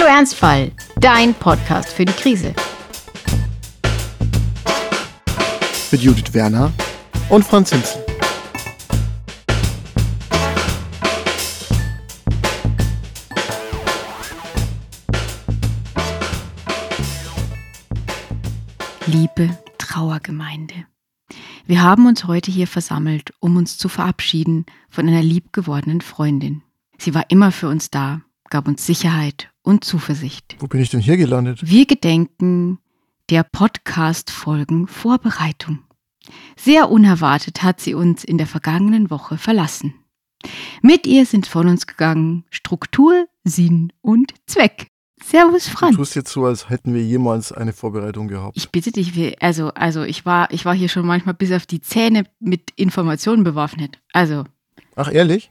Ernstfall, dein Podcast für die Krise. Mit Judith Werner und Franz Hinzen. Liebe Trauergemeinde, wir haben uns heute hier versammelt, um uns zu verabschieden von einer liebgewordenen Freundin. Sie war immer für uns da, gab uns Sicherheit und Zuversicht. Wo bin ich denn hier gelandet? Wir gedenken der Podcast-Folgen Vorbereitung. Sehr unerwartet hat sie uns in der vergangenen Woche verlassen. Mit ihr sind von uns gegangen Struktur, Sinn und Zweck. Servus, Franz. Du tust jetzt so, als hätten wir jemals eine Vorbereitung gehabt. Ich bitte dich, ich war hier schon manchmal bis auf die Zähne mit Informationen bewaffnet. Also. Ach, ehrlich?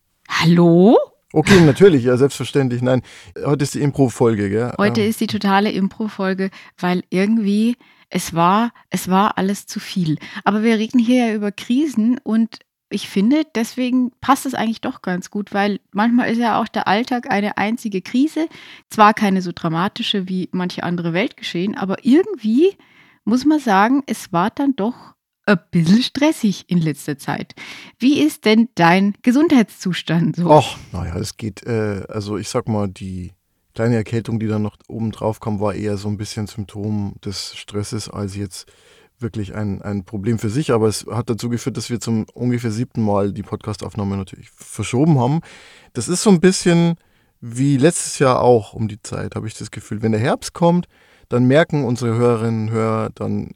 Hallo? Okay, natürlich, ja, selbstverständlich. Nein, heute ist die Impro-Folge, gell? Heute ist die totale Impro-Folge, weil irgendwie es war alles zu viel. Aber wir reden hier ja über Krisen und ich finde, deswegen passt es eigentlich doch ganz gut, weil manchmal ist ja auch der Alltag eine einzige Krise. Zwar keine so dramatische wie manche andere Weltgeschehen, aber irgendwie muss man sagen, es war dann doch ein bisschen stressig in letzter Zeit. Wie ist denn dein Gesundheitszustand so? Ach, naja, es geht, also ich sag mal, die kleine Erkältung, die dann noch oben drauf kam, war eher so ein bisschen Symptom des Stresses, als jetzt wirklich ein Problem für sich, aber es hat dazu geführt, dass wir zum ungefähr 7. Mal die Podcastaufnahme natürlich verschoben haben. Das ist so ein bisschen wie letztes Jahr auch um die Zeit, habe ich das Gefühl. Wenn der Herbst kommt, dann merken unsere Hörerinnen und Hörer, dann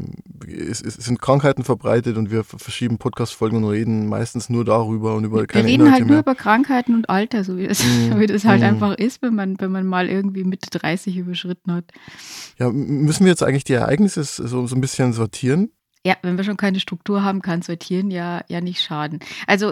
es sind Krankheiten verbreitet und wir verschieben Podcast-Folgen und reden meistens nur darüber und über keine Inhalte mehr. Wir reden halt nur über Krankheiten und Alter, so wie das halt einfach ist, wenn man mal irgendwie Mitte 30 überschritten hat. Ja, müssen wir jetzt eigentlich die Ereignisse so ein bisschen sortieren? Ja, wenn wir schon keine Struktur haben, kann sortieren ja nicht schaden. Also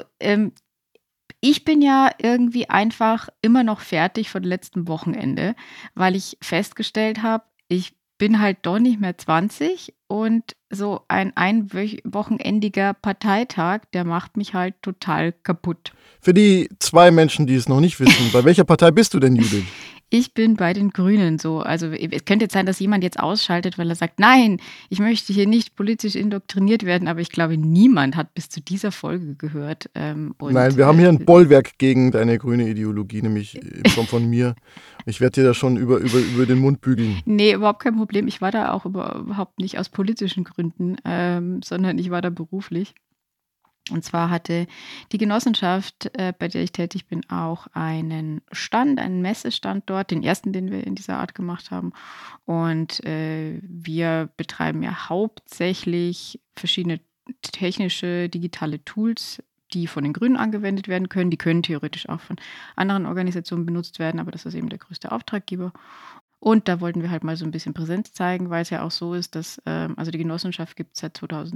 ich bin ja irgendwie einfach immer noch fertig von letztem Wochenende, weil ich festgestellt habe, ich bin halt doch nicht mehr 20 und so ein wochenendiger Parteitag, der macht mich halt total kaputt. Für die 2 Menschen, die es noch nicht wissen, bei welcher Partei bist du denn, Judith? Ich bin bei den Grünen so. Also es könnte jetzt sein, dass jemand jetzt ausschaltet, weil er sagt, nein, ich möchte hier nicht politisch indoktriniert werden, aber ich glaube, niemand hat bis zu dieser Folge gehört. Nein, wir haben hier ein Bollwerk gegen deine grüne Ideologie, nämlich in Form von mir. Ich werde dir da schon über den Mund bügeln. Nee, überhaupt kein Problem. Ich war da auch überhaupt nicht aus politischen Gründen, sondern ich war da beruflich. Und zwar hatte die Genossenschaft, bei der ich tätig bin, auch einen Messestand dort, den ersten, den wir in dieser Art gemacht haben. Und wir betreiben ja hauptsächlich verschiedene technische, digitale Tools, die von den Grünen angewendet werden können. Die können theoretisch auch von anderen Organisationen benutzt werden, aber das ist eben der größte Auftraggeber. Und da wollten wir halt mal so ein bisschen Präsenz zeigen, weil es ja auch so ist, dass also die Genossenschaft gibt es seit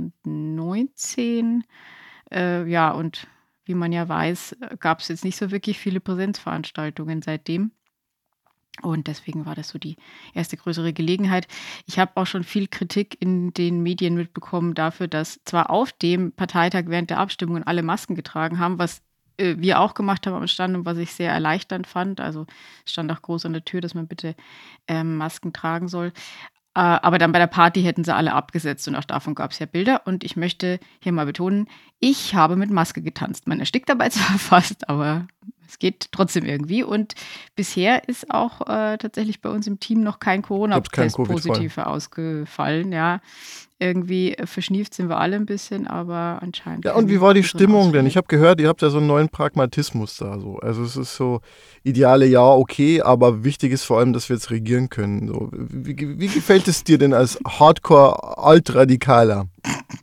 2019. Ja, und wie man ja weiß, gab es jetzt nicht so wirklich viele Präsenzveranstaltungen seitdem. Und deswegen war das so die erste größere Gelegenheit. Ich habe auch schon viel Kritik in den Medien mitbekommen dafür, dass zwar auf dem Parteitag während der Abstimmungen alle Masken getragen haben, was wir auch gemacht haben am Stand und was ich sehr erleichternd fand. Also es stand auch groß an der Tür, dass man bitte Masken tragen soll. Aber dann bei der Party hätten sie alle abgesetzt und auch davon gab es ja Bilder. Und ich möchte hier mal betonen, ich habe mit Maske getanzt. Man erstickt dabei zwar fast, aber es geht trotzdem irgendwie. Und bisher ist auch tatsächlich bei uns im Team noch kein Corona-Test positiv ausgefallen. Ja, irgendwie verschnieft sind wir alle ein bisschen, aber anscheinend. Ja, und wie war die Stimmung denn? Ich habe gehört, ihr habt ja so einen neuen Pragmatismus da. So. Also es ist so, ideale ja, okay, aber wichtig ist vor allem, dass wir jetzt regieren können. So. Wie gefällt es dir denn als Hardcore-Altradikaler?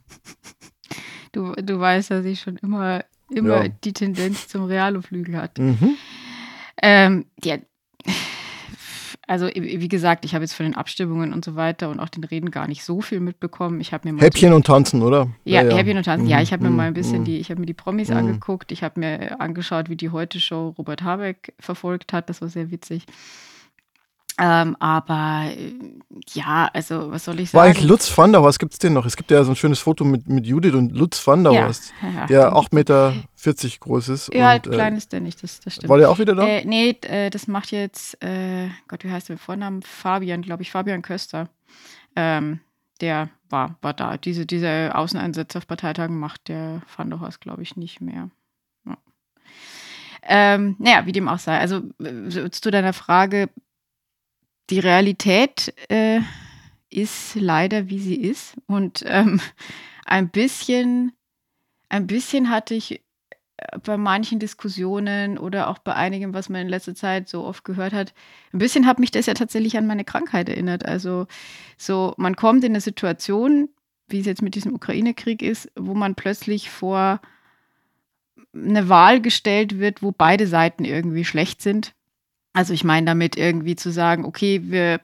Du weißt, dass ich schon immer Ja. die Tendenz zum Realoflügel hatte. Mhm. Ja, also wie gesagt, ich habe jetzt von den Abstimmungen und so weiter und auch den Reden gar nicht so viel mitbekommen. Ich habe mir mal Häppchen und Tanzen, oder? Ja, Häppchen und Tanzen. Ja, ich habe mir mal ein Mhm. bisschen ich habe mir die Promis angeguckt. Ich habe mir angeschaut, wie die Heute-Show Robert Habeck verfolgt hat. Das war sehr witzig. Aber ja, also was soll ich War eigentlich sagen? Lutz van der Horst, gibt es den noch? Es gibt ja so ein schönes Foto mit Judith und Lutz van der Ja, Horst, ja, der den 8,40 gibt es. Meter groß ist. Ja, Und klein ist der nicht, das war stimmt. der auch wieder da? Nee, das macht jetzt, Gott, wie heißt der mit Vornamen? Fabian, glaube ich, Fabian Köster. Der war da. Diese Außeneinsätze auf Parteitagen macht der Van der Horst, glaube ich, nicht mehr. Ja. Naja, wie dem auch sei. Also zu deiner Frage, die Realität ist leider, wie sie ist. Und ein bisschen hatte ich bei manchen Diskussionen oder auch bei einigem, was man in letzter Zeit so oft gehört hat, ein bisschen hat mich das ja tatsächlich an meine Krankheit erinnert. Also so, man kommt in eine Situation, wie es jetzt mit diesem Ukraine-Krieg ist, wo man plötzlich vor eine Wahl gestellt wird, wo beide Seiten irgendwie schlecht sind. Also ich meine damit irgendwie zu sagen, okay, wir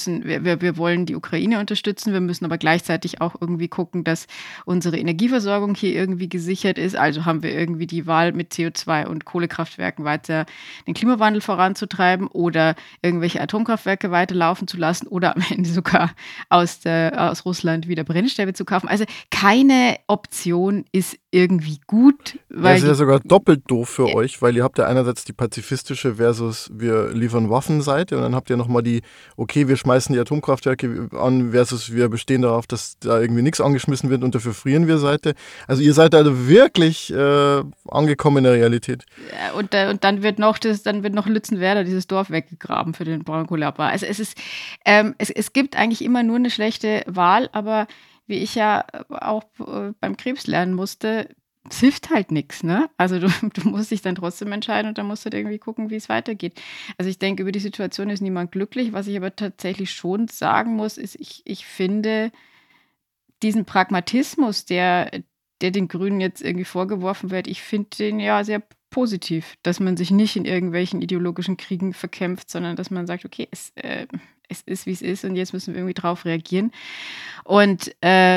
wollen die Ukraine unterstützen, wir müssen aber gleichzeitig auch irgendwie gucken, dass unsere Energieversorgung hier irgendwie gesichert ist. Also haben wir irgendwie die Wahl, mit CO2 und Kohlekraftwerken weiter den Klimawandel voranzutreiben oder irgendwelche Atomkraftwerke weiterlaufen zu lassen oder am Ende sogar aus Russland wieder Brennstäbe zu kaufen. Also keine Option ist irgendwie gut, Ja, weil es ist ja sogar doppelt doof für euch, weil ihr habt ja einerseits die pazifistische versus wir liefern Waffenseite und dann habt ihr nochmal die, okay, wir schmeißen die Atomkraftwerke an versus wir bestehen darauf, dass da irgendwie nichts angeschmissen wird und dafür frieren wir Seite. Also ihr seid also wirklich angekommen in der Realität. Und dann wird noch Lützenwerder, dieses Dorf, weggegraben für den Braunkohleabbau. Also es gibt eigentlich immer nur eine schlechte Wahl, aber wie ich ja auch beim Krebs lernen musste, es hilft halt nichts, ne? Also du musst dich dann trotzdem entscheiden und dann musst du irgendwie gucken, wie es weitergeht. Also ich denke, über die Situation ist niemand glücklich. Was ich aber tatsächlich schon sagen muss, ist, ich finde diesen Pragmatismus, der den Grünen jetzt irgendwie vorgeworfen wird, ich finde den ja sehr positiv, dass man sich nicht in irgendwelchen ideologischen Kriegen verkämpft, sondern dass man sagt, okay, es ist, wie es ist und jetzt müssen wir irgendwie drauf reagieren. Und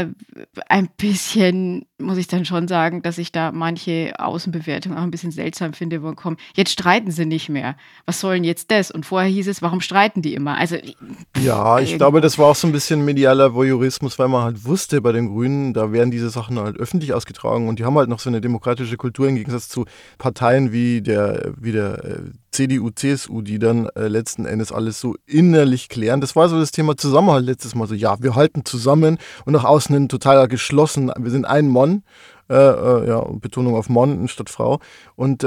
ein bisschen muss ich dann schon sagen, dass ich da manche Außenbewertungen auch ein bisschen seltsam finde, wo kommen, jetzt streiten sie nicht mehr. Was soll denn jetzt das? Und vorher hieß es, warum streiten die immer? Also Ja, ich glaube, das war auch so ein bisschen medialer Voyeurismus, weil man halt wusste, bei den Grünen, da werden diese Sachen halt öffentlich ausgetragen und die haben halt noch so eine demokratische Kultur im Gegensatz zu Parteien wie der CDU, CSU, die dann letzten Endes alles so innerlich klären. Das war so das Thema Zusammenhalt letztes Mal so, ja, wir halten zusammen und nach außen hin total geschlossen, wir sind ein Mann. Ja, Betonung auf Mann statt Frau. Und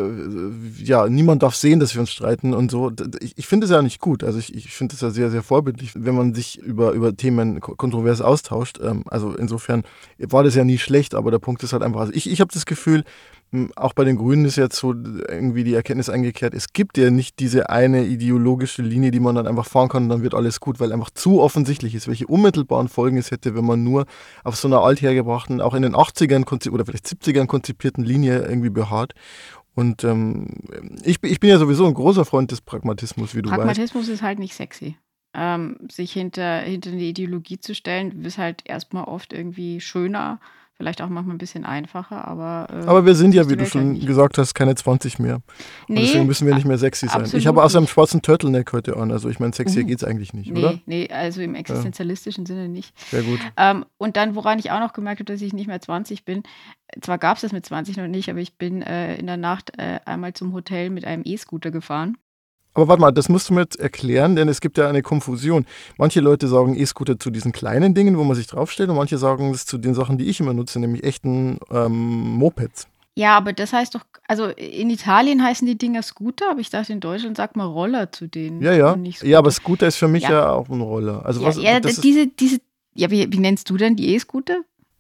ja, niemand darf sehen, dass wir uns streiten und so. Ich finde es ja nicht gut. Also ich finde es ja sehr, sehr vorbildlich, wenn man sich über Themen kontrovers austauscht. Also insofern war das ja nie schlecht, aber der Punkt ist halt einfach, also ich habe das Gefühl, auch bei den Grünen ist jetzt so irgendwie die Erkenntnis eingekehrt, es gibt ja nicht diese eine ideologische Linie, die man dann einfach fahren kann und dann wird alles gut, weil einfach zu offensichtlich ist, welche unmittelbaren Folgen es hätte, wenn man nur auf so einer althergebrachten, auch in den 80ern oder vielleicht 70ern konzipierten Linie irgendwie beharrt. Und ich bin ja sowieso ein großer Freund des Pragmatismus, wie du weißt. Pragmatismus ist halt nicht sexy. Sich hinter eine Ideologie zu stellen, ist halt erstmal oft irgendwie schöner, vielleicht auch manchmal ein bisschen einfacher, aber Aber wir sind ja, ist wie die du Welt halt schon nicht. gesagt hast, keine 20 mehr. Und deswegen Nee, müssen wir nicht mehr sexy sein. Ich absolut habe außer einem nicht. schwarzen Turtleneck heute an. Also ich meine, sexier geht's eigentlich nicht, oder? Nee, also im existenzialistischen Sinne nicht. Sehr gut. Und dann, woran ich auch noch gemerkt habe, dass ich nicht mehr 20 bin, zwar gab es das mit 20 noch nicht, aber ich bin in der Nacht einmal zum Hotel mit einem E-Scooter gefahren. Aber warte mal, das musst du mir jetzt erklären, denn es gibt ja eine Konfusion. Manche Leute sagen E-Scooter zu diesen kleinen Dingen, wo man sich draufstellt, und manche sagen es zu den Sachen, die ich immer nutze, nämlich echten Mopeds. Ja, aber das heißt doch, also in Italien heißen die Dinger Scooter, aber ich dachte, in Deutschland sagt man Roller zu denen Ja. und nicht Ja, aber Scooter. Scooter ist für mich Ja, ja auch ein Roller. Also das ist, wie nennst du denn die E-Scooter?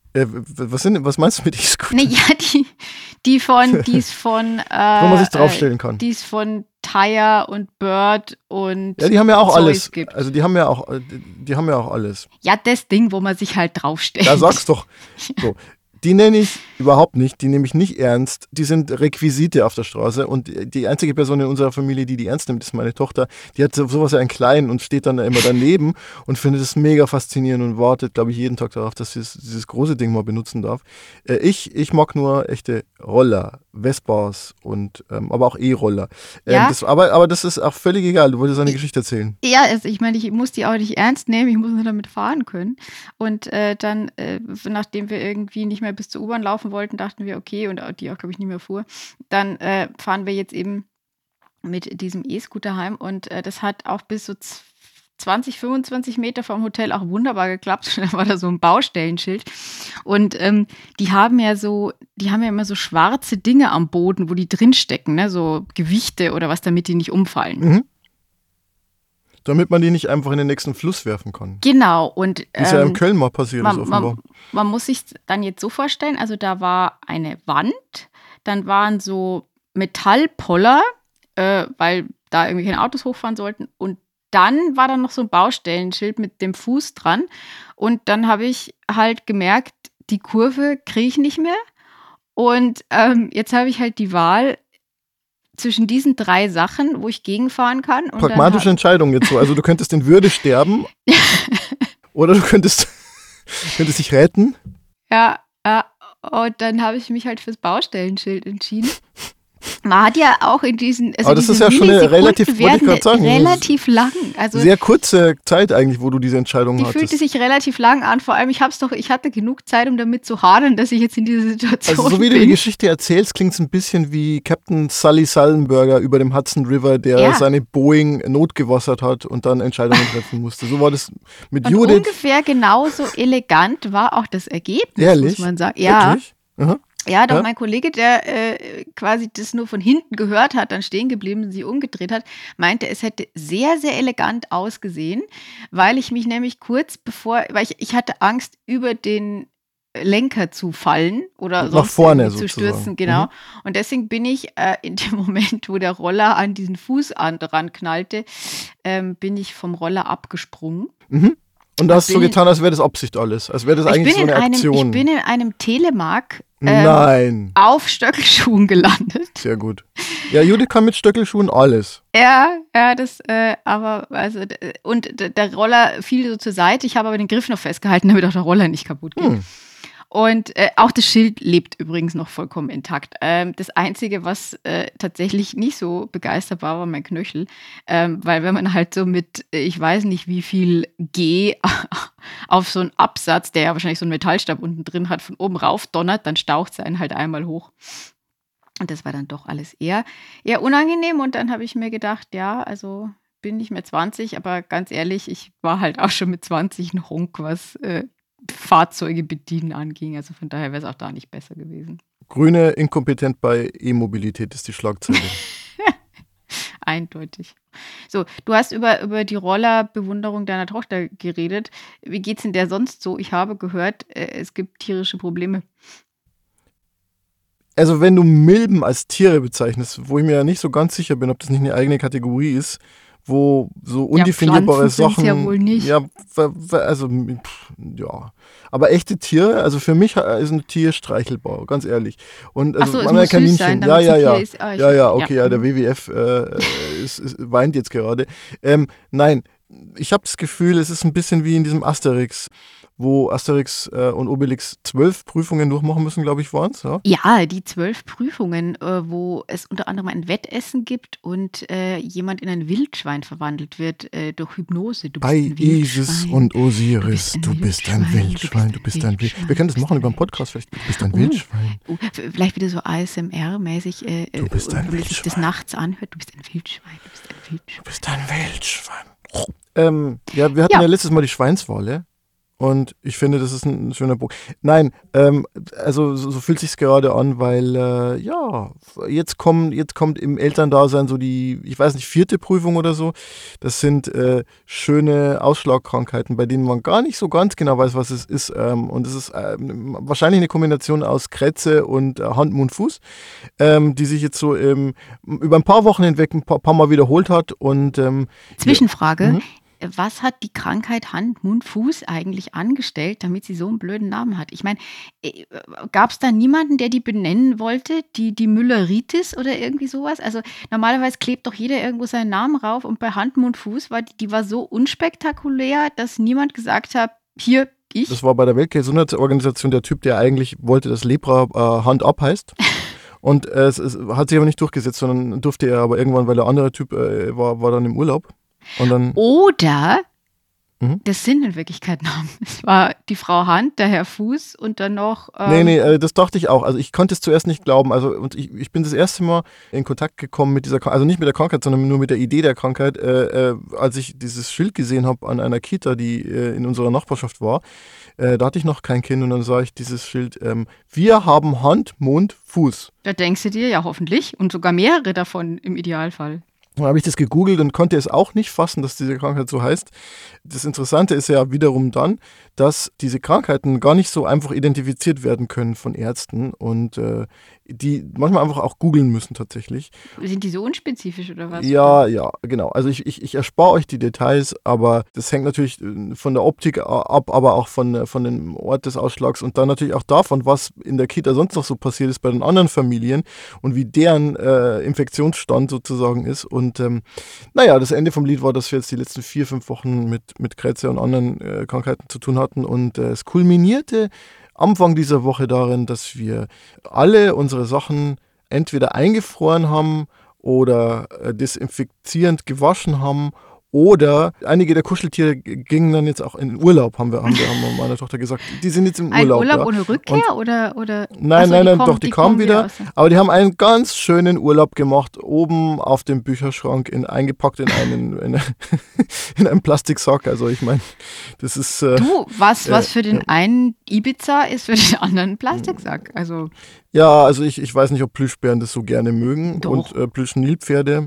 was meinst du mit E-Scooter? Ne, ja, die ist von Wo man sich draufstellen kann. die es von Tire und Bird und Ja, die haben ja auch Zeus alles. gibt. Also die haben ja auch alles. Ja, das Ding, wo man sich halt draufstellt. Da sag's doch. So. Die nenne ich überhaupt nicht, die nehme ich nicht ernst. Die sind Requisite auf der Straße und die einzige Person in unserer Familie, die ernst nimmt, ist meine Tochter. Die hat sowas ja in klein und steht dann immer daneben und findet es mega faszinierend und wartet, glaube ich, jeden Tag darauf, dass sie dieses große Ding mal benutzen darf. Ich mag nur echte Roller. Vespas und aber auch E-Roller. Ja. Aber das ist auch völlig egal. Du wolltest eine Geschichte erzählen. Ja, also ich meine, ich muss die auch nicht ernst nehmen, ich muss nur damit fahren können. Und dann, nachdem wir irgendwie nicht mehr bis zur U-Bahn laufen wollten, dachten wir, okay, und die auch, glaube ich, nicht mehr fuhr, dann fahren wir jetzt eben mit diesem E-Scooter heim. Und das hat auch bis so 20, 25 Meter vom Hotel auch wunderbar geklappt. Da war da so ein Baustellenschild. Und die haben ja immer so schwarze Dinge am Boden, wo die drinstecken, ne? So Gewichte oder was, damit die nicht umfallen. Mhm. Damit man die nicht einfach in den nächsten Fluss werfen kann. Genau. Und ist ja in Köln mal passiert, ist offenbar. Man muss sich dann jetzt so vorstellen, also da war eine Wand, dann waren so Metallpoller, weil da irgendwie keine Autos hochfahren sollten, und dann war da noch so ein Baustellenschild mit dem Fuß dran, und dann habe ich halt gemerkt, die Kurve kriege ich nicht mehr, und jetzt habe ich halt die Wahl zwischen diesen 3 Sachen, wo ich gegenfahren kann. Und pragmatische Entscheidung jetzt so. Also du könntest in Würde sterben oder du könntest dich retten. Ja, und dann habe ich mich halt fürs Baustellenschild entschieden. Man hat ja auch in diesen, aber das ist ja schon eine relativ lang. Also sehr kurze Zeit eigentlich, wo du diese Entscheidung hattest. Die fühlte sich relativ lang an. Vor allem, ich hatte genug Zeit, um damit zu hadern, dass ich jetzt in dieser Situation bin. Also so wie du die Geschichte erzählst, klingt es ein bisschen wie Captain Sully Sullenberger über dem Hudson River, der seine Boeing notgewassert hat und dann Entscheidungen treffen musste. So war das mit und Judith. Ungefähr genauso elegant war auch das Ergebnis, ehrlich? Muss man sagen. Ja. Wirklich? Aha. Ja, doch mein Kollege, der quasi das nur von hinten gehört hat, dann stehen geblieben und sich umgedreht hat, meinte, es hätte sehr, sehr elegant ausgesehen, weil ich mich nämlich weil ich hatte Angst, über den Lenker zu fallen oder nach vorne zu stürzen, genau. Und deswegen bin ich in dem Moment, wo der Roller an diesen Fuß dran knallte, bin ich vom Roller abgesprungen. Mhm. Und da hast du so getan, als wäre das Absicht alles, als wäre das eigentlich so eine Aktion. Ich bin in einem Telemark auf Stöckelschuhen gelandet. Sehr gut. Ja, Judith kann mit Stöckelschuhen alles. Ja, und der Roller fiel so zur Seite. Ich habe aber den Griff noch festgehalten, damit auch der Roller nicht kaputt geht. Und auch das Schild lebt übrigens noch vollkommen intakt. Das Einzige, was tatsächlich nicht so begeistert war mein Knöchel. Weil wenn man halt so mit, ich weiß nicht wie viel G auf so einen Absatz, der ja wahrscheinlich so einen Metallstab unten drin hat, von oben rauf donnert, dann staucht es einen halt einmal hoch. Und das war dann doch alles eher unangenehm. Und dann habe ich mir gedacht, ja, also bin nicht mehr 20, aber ganz ehrlich, ich war halt auch schon mit 20 ein Honk, was Fahrzeuge bedienen anging. Also von daher wäre es auch da nicht besser gewesen. Grüne inkompetent bei E-Mobilität ist die Schlagzeile. Eindeutig. So, du hast über die Rollerbewunderung deiner Tochter geredet. Wie geht's denn der sonst so? Ich habe gehört, es gibt tierische Probleme. Also wenn du Milben als Tiere bezeichnest, wo ich mir ja nicht so ganz sicher bin, ob das nicht eine eigene Kategorie ist, wo so undefinierbare Sachen. Ja wohl nicht. Ja, also ja. Aber echte Tiere, also für mich ist ein Tier streichelbar, ganz ehrlich. Und also es muss süß sein, ja, okay, der WWF weint jetzt gerade. Nein, ich habe das Gefühl, es ist ein bisschen wie in diesem Asterix, wo Asterix und Obelix 12 Prüfungen durchmachen müssen, glaube ich, waren es. Ja, die 12 Prüfungen, wo es unter anderem ein Wettessen gibt und jemand in ein Wildschwein verwandelt wird durch Hypnose. Bei Isis und Osiris, du bist ein Wildschwein, du bist ein Wildschwein. Wir können das machen über einen Podcast, vielleicht. Du bist ein Wildschwein. Vielleicht wieder so ASMR-mäßig, du bist ein Wildschwein. Wenn sich das nachts anhört, du bist ein Wildschwein, du bist ein Wildschwein. Du bist ein Wildschwein. Wir hatten ja letztes Mal die Schweinswale. Und ich finde, das ist ein schöner Punkt. Nein, also so fühlt sich's gerade an, weil jetzt kommt im Elterndasein so die, ich weiß nicht, 4. Prüfung oder so. Das sind schöne Ausschlagkrankheiten, bei denen man gar nicht so ganz genau weiß, was es ist. Und es ist wahrscheinlich eine Kombination aus Krätze und Hand, Mund, Fuß, die sich jetzt so über ein paar Wochen hinweg ein paar Mal wiederholt hat. Und Zwischenfrage. Was hat die Krankheit Hand, Mund, Fuß eigentlich angestellt, damit sie so einen blöden Namen hat? Ich meine, gab es da niemanden, der die benennen wollte? Die Mülleritis oder irgendwie sowas? Also normalerweise klebt doch jeder irgendwo seinen Namen rauf, und bei Hand, Mund, Fuß die war so unspektakulär, dass niemand gesagt hat, hier, ich. Das war bei der Weltgesundheitsorganisation der Typ, der eigentlich wollte, dass Lepra Hand ab heißt. Und es hat sich aber nicht durchgesetzt, sondern durfte er aber irgendwann, weil der andere Typ war dann im Urlaub. Und dann, Oder mhm. das sind in Wirklichkeit Namen. Es war die Frau Hand, der Herr Fuß und dann noch. Nee, das dachte ich auch. Also ich konnte es zuerst nicht glauben. Also und ich bin das erste Mal in Kontakt gekommen mit dieser Krankheit, also nicht mit der Krankheit, sondern nur mit der Idee der Krankheit, als ich dieses Schild gesehen habe an einer Kita, die in unserer Nachbarschaft war. Da hatte ich noch kein Kind und dann sah ich dieses Schild, wir haben Hand, Mund, Fuß. Da denkst du dir ja hoffentlich und sogar mehrere davon im Idealfall. Dann habe ich das gegoogelt und konnte es auch nicht fassen, dass diese Krankheit so heißt. Das Interessante ist ja wiederum dann, dass diese Krankheiten gar nicht so einfach identifiziert werden können von Ärzten und die manchmal einfach auch googeln müssen tatsächlich. Sind die so unspezifisch oder was? Ja, genau. Also ich erspare euch die Details, aber das hängt natürlich von der Optik ab, aber auch von dem Ort des Ausschlags und dann natürlich auch davon, was in der Kita sonst noch so passiert ist bei den anderen Familien und wie deren Infektionsstand sozusagen ist. Und das Ende vom Lied war, dass wir jetzt die letzten 4-5 Wochen mit Krätze und anderen Krankheiten zu tun hatten und es kulminierte Anfang dieser Woche darin, dass wir alle unsere Sachen entweder eingefroren haben oder desinfizierend gewaschen haben oder einige der Kuscheltiere gingen dann jetzt auch in den Urlaub, haben wir meiner Tochter gesagt. Die sind jetzt im Urlaub. Ein Urlaub ja. ohne Rückkehr oder? Nein, die kamen wieder. Aber die haben einen ganz schönen Urlaub gemacht, oben auf dem Bücherschrank, eingepackt in in einen Plastiksack. Also ich meine, das ist... was für den einen Ibiza ist, für den anderen ein Plastiksack. Also... Ja, also ich weiß nicht, ob Plüschbären das so gerne mögen. Doch. Und Plüschnilpferde.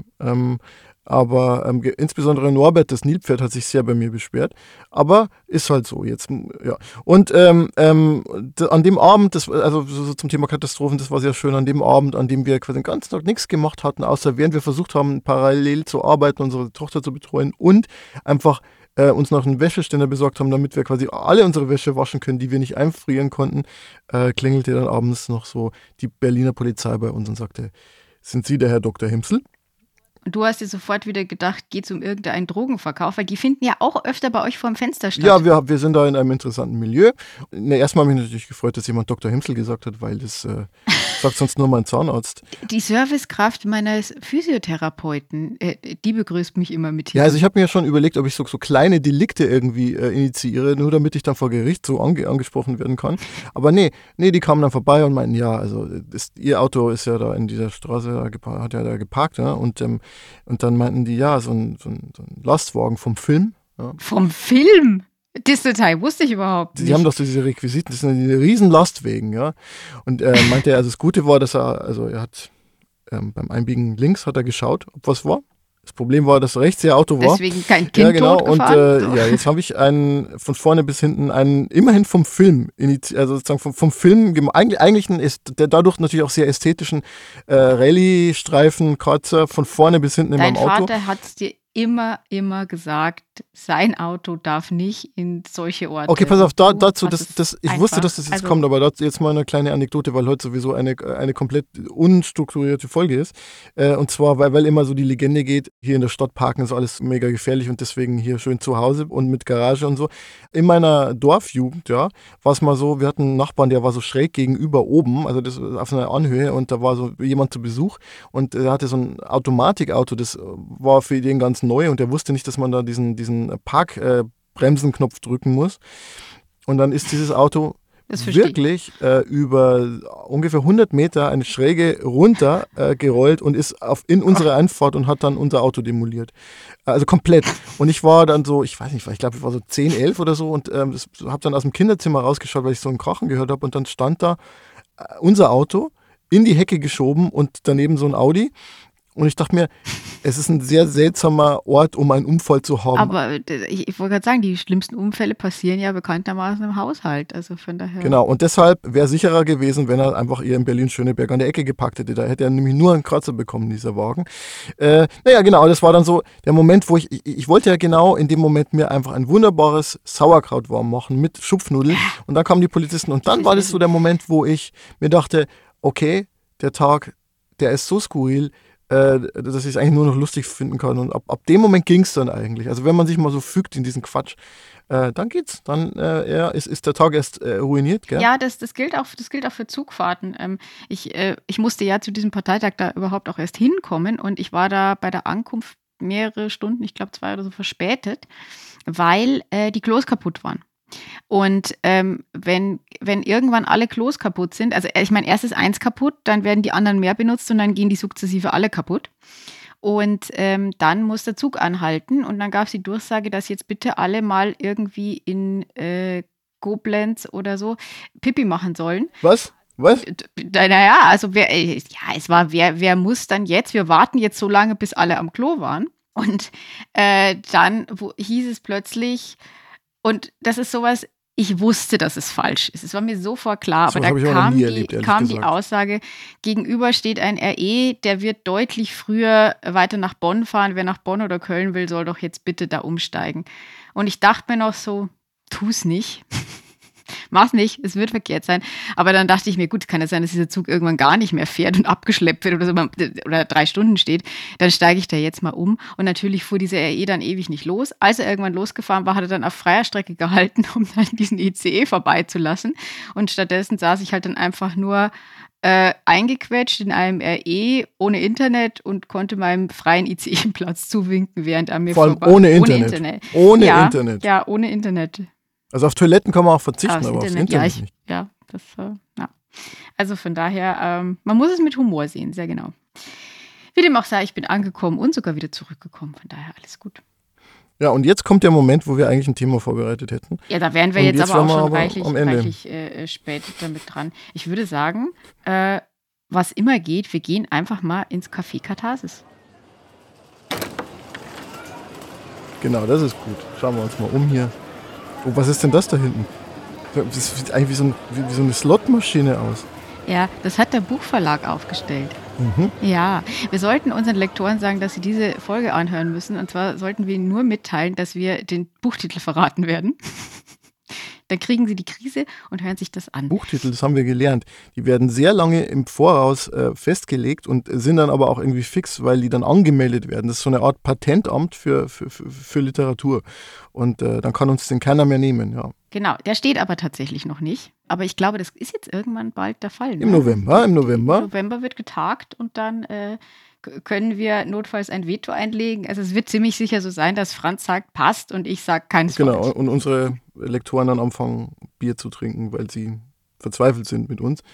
Aber insbesondere Norbert, das Nilpferd, hat sich sehr bei mir beschwert. Aber ist halt so jetzt, ja. Und an dem Abend, also so zum Thema Katastrophen, das war sehr schön, an dem Abend, an dem wir quasi den ganzen Tag nichts gemacht hatten, außer während wir versucht haben, parallel zu arbeiten, unsere Tochter zu betreuen und einfach uns noch einen Wäscheständer besorgt haben, damit wir quasi alle unsere Wäsche waschen können, die wir nicht einfrieren konnten, klingelte dann abends noch so die Berliner Polizei bei uns und sagte, sind Sie der Herr Dr. Himsel? Und du hast dir sofort wieder gedacht, geht es um irgendeinen Drogenverkauf, weil die finden ja auch öfter bei euch vorm Fenster statt. Ja, wir sind da in einem interessanten Milieu. Erstmal habe ich mich natürlich gefreut, dass jemand Dr. Himsel gesagt hat, weil das sagt sonst nur mein Zahnarzt. Die Servicekraft meines Physiotherapeuten, die begrüßt mich immer mit hier. Ja, also ich habe mir ja schon überlegt, ob ich so kleine Delikte irgendwie initiiere, nur damit ich dann vor Gericht so angesprochen werden kann. Aber nee, die kamen dann vorbei und meinten, ja, also ihr Auto ist ja da in dieser Straße, hat ja da geparkt, ja, und dann meinten die, ja, so ein Lastwagen vom Film. Ja. Vom Film? Das Detail wusste ich überhaupt nicht. Die haben doch diese Requisiten, das sind diese riesen Lastwagen, ja. Und meinte er, also das Gute war, dass er hat beim Einbiegen links hat er geschaut, ob was war. Das Problem war, dass rechts ihr Auto war. Deswegen kein Kind totgefahren. Und jetzt habe ich einen von vorne bis hinten immerhin vom Film, also sozusagen vom Film, eigentlich der dadurch natürlich auch sehr ästhetischen Rallye-Streifen-Kratzer von vorne bis hinten in meinem Auto. Dein Vater hat es dir immer gesagt, sein Auto darf nicht in solche Orte. Okay, pass auf, dazu, ich wusste, dass das jetzt kommt, aber dazu jetzt mal eine kleine Anekdote, weil heute sowieso eine komplett unstrukturierte Folge ist. Und zwar, weil immer so die Legende geht, hier in der Stadt parken ist alles mega gefährlich und deswegen hier schön zu Hause und mit Garage und so. In meiner Dorfjugend, ja, war es mal so, wir hatten einen Nachbarn, der war so schräg gegenüber oben, also das auf einer Anhöhe und da war so jemand zu Besuch und er hatte so ein Automatikauto, das war für den ganz neu und er wusste nicht, dass man da diesen Parkbremsenknopf drücken muss. Und dann ist dieses Auto wirklich über ungefähr 100 Meter eine Schräge runter gerollt und ist in unsere Einfahrt und hat dann unser Auto demoliert. Also komplett. Und ich war dann so, ich weiß nicht, ich glaube, ich war so 10, 11 oder so und habe dann aus dem Kinderzimmer rausgeschaut, weil ich so einen Krachen gehört habe und dann stand da unser Auto in die Hecke geschoben und daneben so ein Audi. Und ich dachte mir, es ist ein sehr seltsamer Ort, um einen Unfall zu haben. Aber ich wollte gerade sagen, die schlimmsten Unfälle passieren ja bekanntermaßen im Haushalt. Also von daher. Genau, und deshalb wäre sicherer gewesen, wenn er einfach eher in Berlin-Schöneberg an der Ecke geparkt hätte. Da hätte er nämlich nur einen Kratzer bekommen, dieser Wagen. Genau, das war dann so der Moment, wo ich wollte ja genau in dem Moment mir einfach ein wunderbares Sauerkraut warm machen mit Schupfnudeln. Und dann kamen die Polizisten und dann war das so der Moment, wo ich mir dachte, okay, der Tag, der ist so skurril, dass ich es eigentlich nur noch lustig finden kann. Und ab dem Moment ging es dann eigentlich. Also wenn man sich mal so fügt in diesen Quatsch, dann geht's. Dann ist der Tag erst ruiniert, gell? Ja, das gilt auch für Zugfahrten. Ich musste ja zu diesem Parteitag da überhaupt auch erst hinkommen und ich war da bei der Ankunft mehrere Stunden, ich glaube 2 oder so verspätet, weil die Klos kaputt waren. Und wenn irgendwann alle Klos kaputt sind, also ich meine, erst ist eins kaputt, dann werden die anderen mehr benutzt und dann gehen die sukzessive alle kaputt. Und dann muss der Zug anhalten und dann gab es die Durchsage, dass jetzt bitte alle mal irgendwie in Koblenz oder so Pipi machen sollen. Was? Naja, also wer muss dann jetzt? Wir warten jetzt so lange, bis alle am Klo waren. Und dann hieß es plötzlich, und das ist sowas, ich wusste, dass es falsch ist. Es war mir sofort klar, aber da kam die Aussage, gegenüber steht ein RE, der wird deutlich früher weiter nach Bonn fahren. Wer nach Bonn oder Köln will, soll doch jetzt bitte da umsteigen. Und ich dachte mir noch so, tu's nicht. Mach's nicht, es wird verkehrt sein. Aber dann dachte ich mir, gut, kann ja sein, dass dieser Zug irgendwann gar nicht mehr fährt und abgeschleppt wird oder 3 Stunden steht. Dann steige ich da jetzt mal um. Und natürlich fuhr dieser RE dann ewig nicht los. Als er irgendwann losgefahren war, hat er dann auf freier Strecke gehalten, um dann diesen ICE vorbeizulassen. Und stattdessen saß ich halt dann einfach nur eingequetscht in einem RE ohne Internet und konnte meinem freien ICE-Platz zuwinken, während er mir vorbei. Ohne Internet. Ja, ohne Internet. Also auf Toiletten kann man auch verzichten, aber aufs Internet nicht. Ja. Also von daher, man muss es mit Humor sehen, sehr genau. Wie dem auch sei, ich bin angekommen und sogar wieder zurückgekommen, von daher alles gut. Ja, und jetzt kommt der Moment, wo wir eigentlich ein Thema vorbereitet hätten. Ja, da wären wir jetzt aber auch schon reichlich spät damit dran. Ich würde sagen, was immer geht, wir gehen einfach mal ins Café Katharsis. Genau, das ist gut. Schauen wir uns mal um hier. Oh, was ist denn das da hinten? Das sieht eigentlich wie so eine Slotmaschine aus. Ja, das hat der Buchverlag aufgestellt. Mhm. Ja, wir sollten unseren Lektoren sagen, dass sie diese Folge anhören müssen. Und zwar sollten wir ihnen nur mitteilen, dass wir den Buchtitel verraten werden. Dann kriegen sie die Krise und hören sich das an. Buchtitel, das haben wir gelernt. Die werden sehr lange im Voraus festgelegt und sind dann aber auch irgendwie fix, weil die dann angemeldet werden. Das ist so eine Art Patentamt für Literatur. Und dann kann uns den keiner mehr nehmen, ja. Genau, der steht aber tatsächlich noch nicht. Aber ich glaube, das ist jetzt irgendwann bald der Fall. Ne? Im November. Im November wird getagt und dann können wir notfalls ein Veto einlegen. Also es wird ziemlich sicher so sein, dass Franz sagt, passt und ich sage keines. Genau, und unsere Lektoren dann anfangen, Bier zu trinken, weil sie verzweifelt sind mit uns.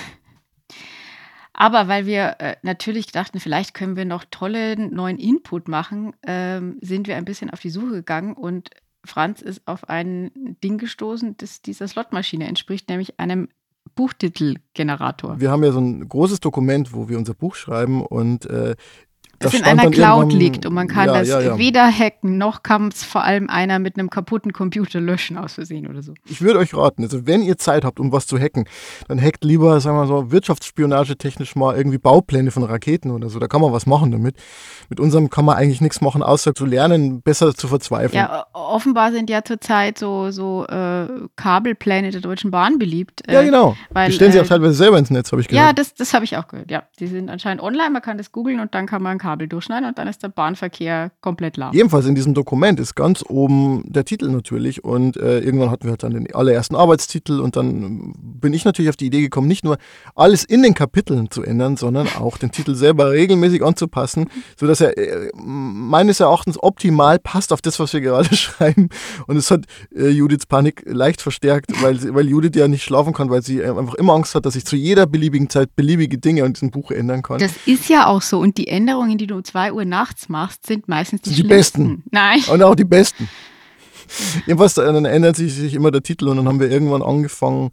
Aber weil wir natürlich dachten, vielleicht können wir noch tollen neuen Input machen, sind wir ein bisschen auf die Suche gegangen und Franz ist auf ein Ding gestoßen, das dieser Slotmaschine entspricht, nämlich einem Buchtitelgenerator. Wir haben ja so ein großes Dokument, wo wir unser Buch schreiben und das in einer Cloud liegt und man kann das weder hacken, noch kann es vor allem einer mit einem kaputten Computer löschen aus Versehen oder so. Ich würde euch raten, also wenn ihr Zeit habt, um was zu hacken, dann hackt lieber, sagen wir so, wirtschaftsspionagetechnisch mal irgendwie Baupläne von Raketen oder so. Da kann man was machen damit. Mit unserem kann man eigentlich nichts machen, außer zu lernen, besser zu verzweifeln. Ja, offenbar sind ja zurzeit so Kabelpläne der Deutschen Bahn beliebt. Ja, genau. Die stellen sie auch teilweise selber ins Netz, habe ich gehört. Ja, das habe ich auch gehört. Ja, die sind anscheinend online, man kann das googeln und dann kann man Kabel durchschneiden und dann ist der Bahnverkehr komplett lahm. Jedenfalls in diesem Dokument ist ganz oben der Titel natürlich und irgendwann hatten wir halt dann den allerersten Arbeitstitel und dann bin ich natürlich auf die Idee gekommen, nicht nur alles in den Kapiteln zu ändern, sondern auch den Titel selber regelmäßig anzupassen, sodass er meines Erachtens optimal passt auf das, was wir gerade schreiben. Und es hat Judiths Panik leicht verstärkt, weil Judith ja nicht schlafen kann, weil sie einfach immer Angst hat, dass ich zu jeder beliebigen Zeit beliebige Dinge an diesem Buch ändern kann. Das ist ja auch so und die Änderungen, die du um 2 Uhr nachts machst, sind meistens die besten. Nein. Und auch die besten. Jedenfalls dann ändert sich immer der Titel und dann haben wir irgendwann angefangen,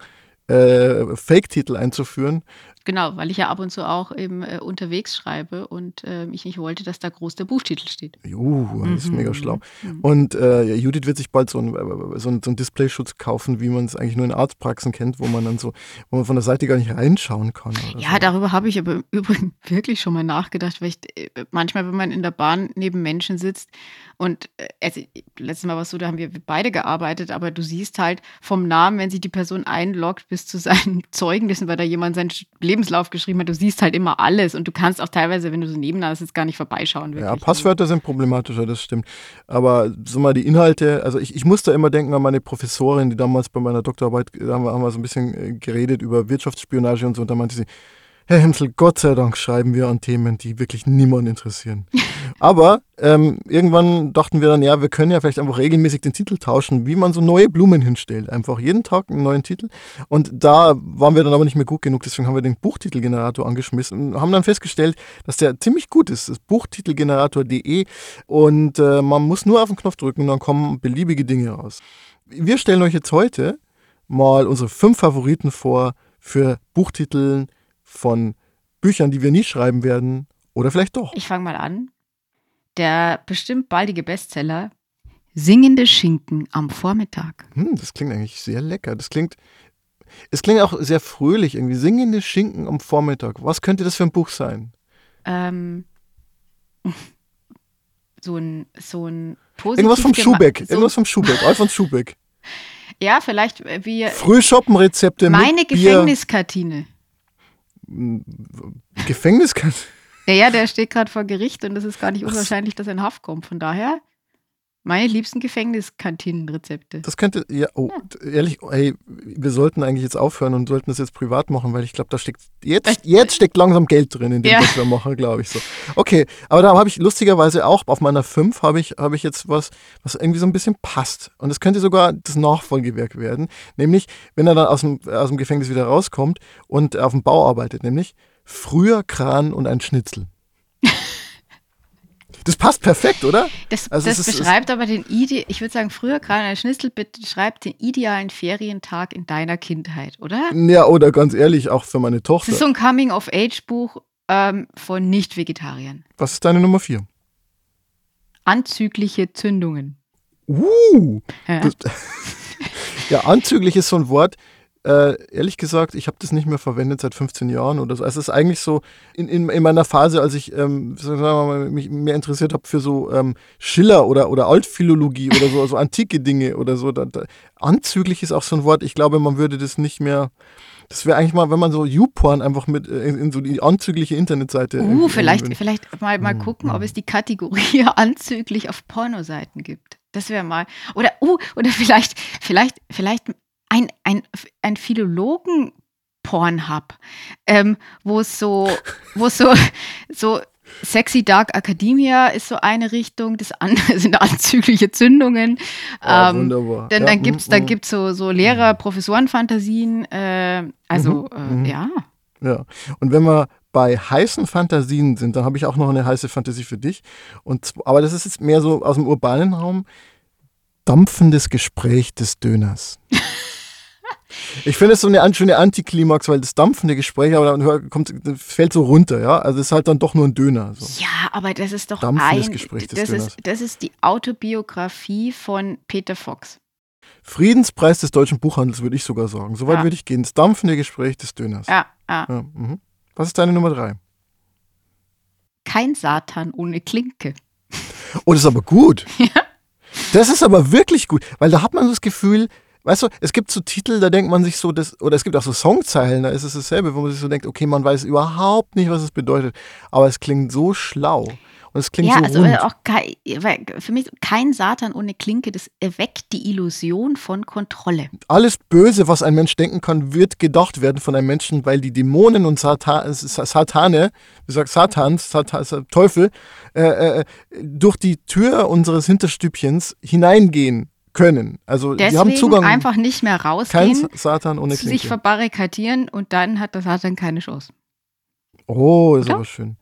Fake-Titel einzuführen. Genau, weil ich ja ab und zu auch eben unterwegs schreibe und ich nicht wollte, dass da groß der Buchtitel steht. Das ist mega schlau. Und Judith wird sich bald so einen Displayschutz kaufen, wie man es eigentlich nur in Arztpraxen kennt, wo man von der Seite gar nicht reinschauen kann. Ja, darüber habe ich aber im Übrigen wirklich schon mal nachgedacht, weil manchmal, wenn man in der Bahn neben Menschen sitzt und letztes Mal war es so, da haben wir beide gearbeitet, aber du siehst halt vom Namen, wenn sich die Person einloggt, bis zu seinen Zeugnissen, weil da jemand sein Lebenslauf geschrieben hat, du siehst halt immer alles und du kannst auch teilweise, wenn du so nebenan sitzt, gar nicht vorbeischauen. Wirklich. Ja, Passwörter sind problematischer, das stimmt. Aber so mal die Inhalte, also ich musste immer denken an meine Professorin, die damals bei meiner Doktorarbeit, da haben wir so ein bisschen geredet über Wirtschaftsspionage und so, und da meinte sie, Herr Hensel, Gott sei Dank schreiben wir an Themen, die wirklich niemanden interessieren. Aber irgendwann dachten wir dann, ja, wir können ja vielleicht einfach regelmäßig den Titel tauschen, wie man so neue Blumen hinstellt. Einfach jeden Tag einen neuen Titel. Und da waren wir dann aber nicht mehr gut genug, deswegen haben wir den Buchtitelgenerator angeschmissen und haben dann festgestellt, dass der ziemlich gut ist. Das ist buchtitelgenerator.de und man muss nur auf den Knopf drücken und dann kommen beliebige Dinge raus. Wir stellen euch jetzt heute mal unsere 5 Favoriten vor für Buchtiteln von Büchern, die wir nie schreiben werden oder vielleicht doch. Ich fange mal an. Der bestimmt baldige Bestseller Singende Schinken am Vormittag. Das klingt eigentlich sehr lecker. Es klingt auch sehr fröhlich irgendwie. Singende Schinken am Vormittag. Was könnte das für ein Buch sein? So ein Irgendwas vom Schubeck. Irgendwas vom Schubeck. Alfons Schubeck. Ja, vielleicht wie Frühschoppenrezepte meine mit Gefängniskantine. Gefängniskantine? Ja, der steht gerade vor Gericht und es ist gar nicht unwahrscheinlich, dass er in Haft kommt. Von daher meine liebsten Gefängniskantinenrezepte. Das könnte, ja, ehrlich, ey, wir sollten eigentlich jetzt aufhören und sollten das jetzt privat machen, weil ich glaube, da steckt, jetzt steckt langsam Geld drin in dem, was wir machen, glaube ich so. Okay, aber da habe ich lustigerweise auch, auf meiner 5 habe ich jetzt was irgendwie so ein bisschen passt. Und es könnte sogar das Nachfolgewerk werden, nämlich, wenn er dann aus dem Gefängnis wieder rauskommt und auf dem Bau arbeitet, nämlich Früher Kran und ein Schnitzel. Das passt perfekt, oder? Das beschreibt aber ich würde sagen, Früher Kran und ein Schnitzel beschreibt den idealen Ferientag in deiner Kindheit, oder? Ja, oder ganz ehrlich, auch für meine Tochter. Das ist so ein Coming-of-Age-Buch von Nicht-Vegetariern. Was ist deine Nummer 4? Anzügliche Zündungen. Ja. Ja, anzüglich ist so ein Wort. Ehrlich gesagt, ich habe das nicht mehr verwendet seit 15 Jahren oder so. Also es ist eigentlich so in meiner Phase, als ich mich mehr interessiert habe für so Schiller oder Altphilologie oder so, also antike Dinge oder so. Anzüglich ist auch so ein Wort, ich glaube, man würde das nicht mehr. Das wäre eigentlich mal, wenn man so YouPorn einfach mit in so die anzügliche Internetseite. Vielleicht mal gucken, ob es die Kategorie anzüglich auf Pornoseiten gibt. Das wäre mal. Oder vielleicht ein Philologen-Pornhub, wo so Sexy Dark Academia ist so eine Richtung, das andere sind anzügliche Zündungen. Wunderbar. Dann gibt's so Lehrer-Professoren-Fantasien. Ja. Ja, und wenn wir bei heißen Fantasien sind, dann habe ich auch noch eine heiße Fantasie für dich. Aber das ist jetzt mehr so aus dem urbanen Raum. Dampfendes Gespräch des Döners. Ich finde es so eine schöne Antiklimax, weil das dampfende Gespräch, aber dann fällt so runter, ja. Also es ist halt dann doch nur ein Döner. So. Ja, aber das ist doch Gespräch des Döners. Das ist die Autobiografie von Peter Fox. Friedenspreis des deutschen Buchhandels, würde ich sogar sagen. Soweit würde ich gehen. Das dampfende Gespräch des Döners. Ja. Was ist deine Nummer 3? Kein Satan ohne Klinke. Oh, das ist aber gut. Ja. Das ist aber wirklich gut, weil da hat man so das Gefühl, weißt du, es gibt so Titel, da denkt man sich so, oder es gibt auch so Songzeilen, da ist es dasselbe, wo man sich so denkt, okay, man weiß überhaupt nicht, was es bedeutet, aber es klingt so schlau und es klingt so rund. Auch für mich kein Satan ohne Klinke, das erweckt die Illusion von Kontrolle. Alles Böse, was ein Mensch denken kann, wird gedacht werden von einem Menschen, weil die Dämonen und Teufel, durch die Tür unseres Hinterstübchens hineingehen können. Also deswegen die haben Zugang. Einfach nicht mehr rausgehen, kein Satan ohne Klinke. sich verbarrikadieren und dann hat der Satan keine Chance. Oh, ist aber schön.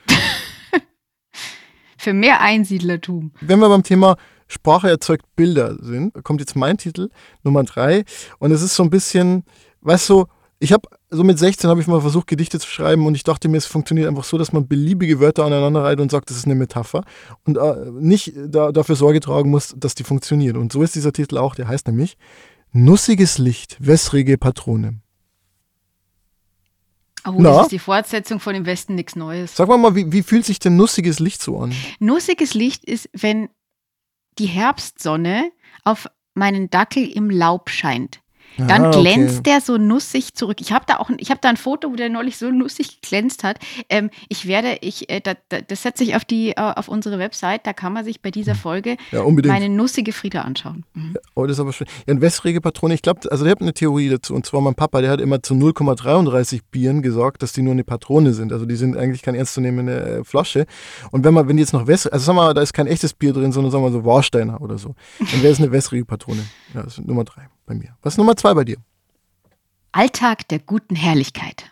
Für mehr Einsiedlertum. Wenn wir beim Thema Sprache erzeugt Bilder sind, kommt jetzt mein Titel, Nummer 3. Und es ist so ein bisschen, weißt du, mit 16 habe ich mal versucht, Gedichte zu schreiben und ich dachte mir, es funktioniert einfach so, dass man beliebige Wörter aneinander reiht und sagt, das ist eine Metapher und nicht dafür Sorge tragen muss, dass die funktioniert. Und so ist dieser Titel auch, der heißt nämlich Nussiges Licht, wässrige Patrone. Das ist die Fortsetzung von Im Westen nichts Neues. Sag mal, wie fühlt sich denn nussiges Licht so an? Nussiges Licht ist, wenn die Herbstsonne auf meinen Dackel im Laub scheint. Dann glänzt okay. der so nussig zurück. Ich habe da ein Foto, wo der neulich so nussig geglänzt hat. Das setze ich auf unsere Website. Da kann man sich bei dieser Folge Ja, unbedingt. meine nussige Frieda anschauen. Mhm. Oh, das ist aber schön. Ja, und wässrige Patrone, ich glaube, also ich habe eine Theorie dazu. Und zwar mein Papa, der hat immer zu 0,33 Bieren gesagt, dass die nur eine Patrone sind. Also die sind eigentlich keine ernstzunehmende Flasche. Und wenn die jetzt noch wässrig, also sagen wir mal, da ist kein echtes Bier drin, sondern sagen wir so Warsteiner oder so, dann wäre es eine wässrige Patrone. Ja, das ist Nummer 3 bei mir. Was ist Nummer 2 bei dir? Alltag der guten Herrlichkeit.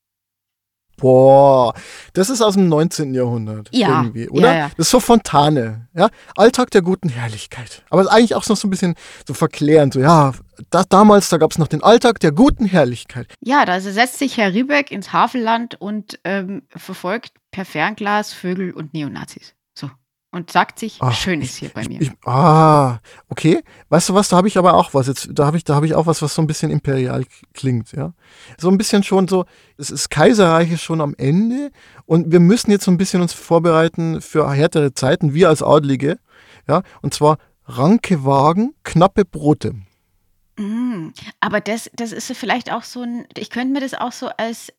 Boah, das ist aus dem 19. Jahrhundert Ja, irgendwie, oder? ja. Das ist so Fontane, ja? Alltag der guten Herrlichkeit. Aber es ist eigentlich auch noch so ein bisschen so verklärend, so ja, damals, da gab es noch den Alltag der guten Herrlichkeit. Ja, da setzt sich Herr Riebeck ins Havelland und verfolgt per Fernglas Vögel und Neonazis. So. Und sagt sich, schön ist hier bei mir. Okay. Weißt du was, da habe ich aber auch was jetzt, da habe ich auch was so ein bisschen imperial klingt, ja. So ein bisschen schon so, das Kaiserreich ist schon am Ende und wir müssen jetzt so ein bisschen uns vorbereiten für härtere Zeiten, wir als Adlige, ja, und zwar ranke Wagen, knappe Brote. Aber das ist vielleicht auch so ich könnte mir das auch so als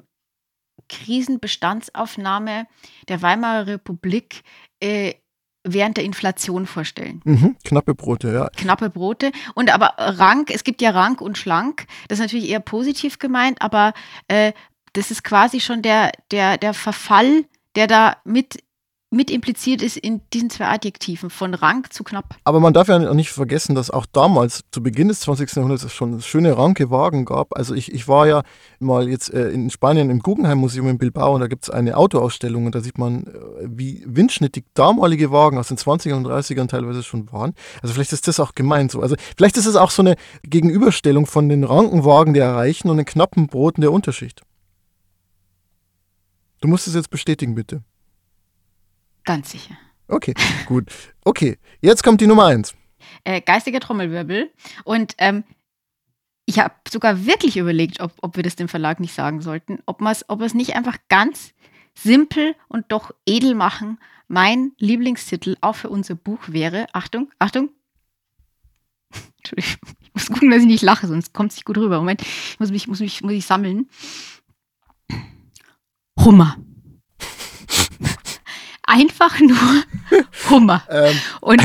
Krisenbestandsaufnahme der Weimarer Republik während der Inflation vorstellen. Knappe Brote, ja. Knappe Brote. Und aber rank, es gibt ja rank und schlank. Das ist natürlich eher positiv gemeint, aber das ist quasi schon der Verfall, der da mit impliziert ist in diesen 2 Adjektiven, von rank zu knapp. Aber man darf ja nicht vergessen, dass auch damals, zu Beginn des 20. Jahrhunderts, es schon schöne ranke Wagen gab. Also ich war ja mal jetzt in Spanien im Guggenheim-Museum in Bilbao und da gibt es eine Autoausstellung und da sieht man, wie windschnittig damalige Wagen aus den 20er und 30ern teilweise schon waren. Also vielleicht ist das auch gemeint so. Also vielleicht ist es auch so eine Gegenüberstellung von den ranken Wagen der Reichen und den knappen Broten der Unterschicht. Du musst es jetzt bestätigen, bitte. Ganz sicher. Okay, gut. Okay, jetzt kommt die Nummer 1. Geistiger Trommelwirbel. Und ich habe sogar wirklich überlegt, ob wir das dem Verlag nicht sagen sollten, ob wir es nicht einfach ganz simpel und doch edel machen. Mein Lieblingstitel auch für unser Buch wäre, Achtung, Entschuldigung, ich muss gucken, dass ich nicht lache, sonst kommt es nicht gut rüber. Moment, ich muss mich sammeln. Hummer. Einfach nur Hummer. Und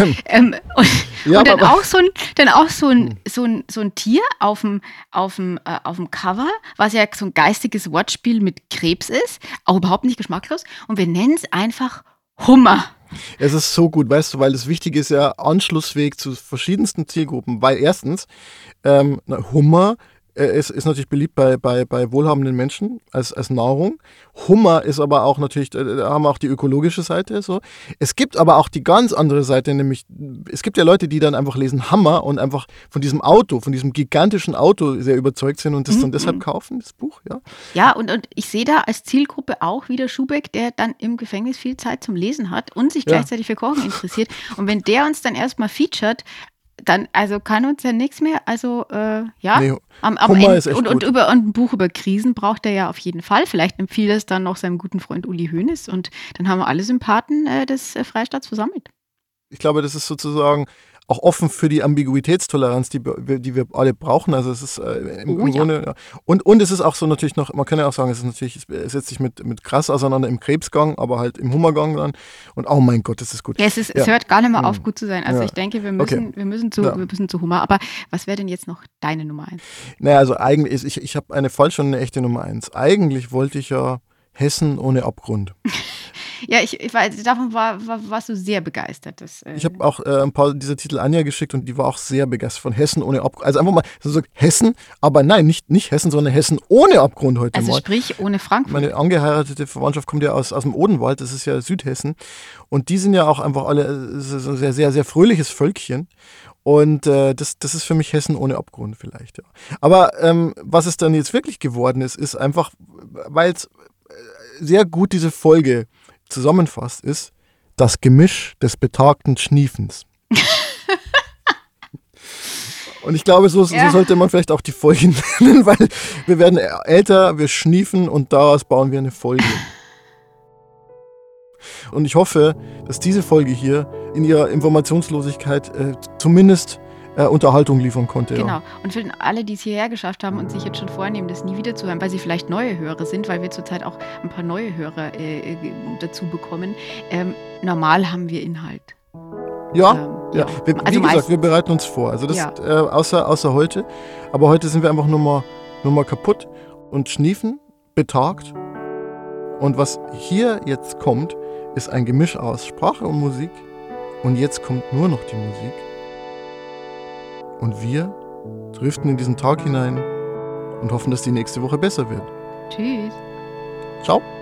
dann auch so ein Tier auf dem Cover, was ja so ein geistiges Wortspiel mit Krebs ist, auch überhaupt nicht geschmacklos. Und wir nennen es einfach Hummer. Es ist so gut, weißt du, weil das Wichtige ist ja anschlussfähig zu verschiedensten Zielgruppen, weil erstens Hummer ist natürlich beliebt bei wohlhabenden Menschen als Nahrung. Hummer ist aber auch natürlich, da haben wir auch die ökologische Seite. So. Es gibt aber auch die ganz andere Seite, nämlich es gibt ja Leute, die dann einfach lesen Hammer und einfach von diesem Auto, von diesem gigantischen Auto sehr überzeugt sind und das dann deshalb kaufen, das Buch. Ja, ja und ich sehe da als Zielgruppe auch wieder Schubeck, der dann im Gefängnis viel Zeit zum Lesen hat und sich gleichzeitig für Kochen interessiert. Und wenn der uns dann erstmal featuret, dann kann uns ja nichts mehr. Also Nee, am Hummer Ende ist echt und gut. ein Buch über Krisen braucht er ja auf jeden Fall. Vielleicht empfiehlt er es dann noch seinem guten Freund Uli Hoeneß und dann haben wir alle Sympathen des Freistaats versammelt. Ich glaube, das ist sozusagen auch offen für die Ambiguitätstoleranz, die wir alle brauchen. Also es ist im Grunde, ja. Und es ist auch so natürlich noch, man kann ja auch sagen, es setzt sich mit krass auseinander im Krebsgang, aber halt im Hummergang dann. Und oh mein Gott, das ist gut. Ja, es hört gar nicht mehr auf, gut zu sein. Also ich denke, wir müssen zu Hummer. Aber was wäre denn jetzt noch deine Nummer 1? Naja, also eigentlich, ich habe eine falsche und eine echte Nummer 1. Eigentlich wollte ich ja Hessen ohne Abgrund. Ja, davon warst du sehr begeistert. Ich habe auch ein paar dieser Titel Anja geschickt und die war auch sehr begeistert von Hessen ohne Abgrund. Also einfach mal so Hessen, aber nein, nicht Hessen, sondern Hessen ohne Abgrund heute mal. Also sprich ohne Frankfurt. Meine angeheiratete Verwandtschaft kommt ja aus dem Odenwald, das ist ja Südhessen. Und die sind ja auch einfach alle so ein sehr, sehr, sehr fröhliches Völkchen. Und das ist für mich Hessen ohne Abgrund vielleicht. Ja. Aber was es dann jetzt wirklich geworden ist einfach, weil es sehr gut diese Folge zusammenfasst, ist das Gemisch des betagten Schniefens. Und ich glaube, so sollte man vielleicht auch die Folge nennen, weil wir werden älter, wir schniefen und daraus bauen wir eine Folge. Und ich hoffe, dass diese Folge hier in ihrer Informationslosigkeit zumindest Unterhaltung liefern konnte. Genau. Ja. Und für alle, die es hierher geschafft haben und sich jetzt schon vornehmen, das nie wieder zu hören, weil sie vielleicht neue Hörer sind, weil wir zurzeit auch ein paar neue Hörer dazu bekommen. Normal haben wir Inhalt. Ja. Ja. Wie Also gesagt, meist- wir bereiten uns vor. Also das Ja. außer heute. Aber heute sind wir einfach nur mal kaputt und schniefen, betagt. Und was hier jetzt kommt, ist ein Gemisch aus Sprache und Musik. Und jetzt kommt nur noch die Musik. Und wir driften in diesen Tag hinein und hoffen, dass die nächste Woche besser wird. Tschüss. Ciao.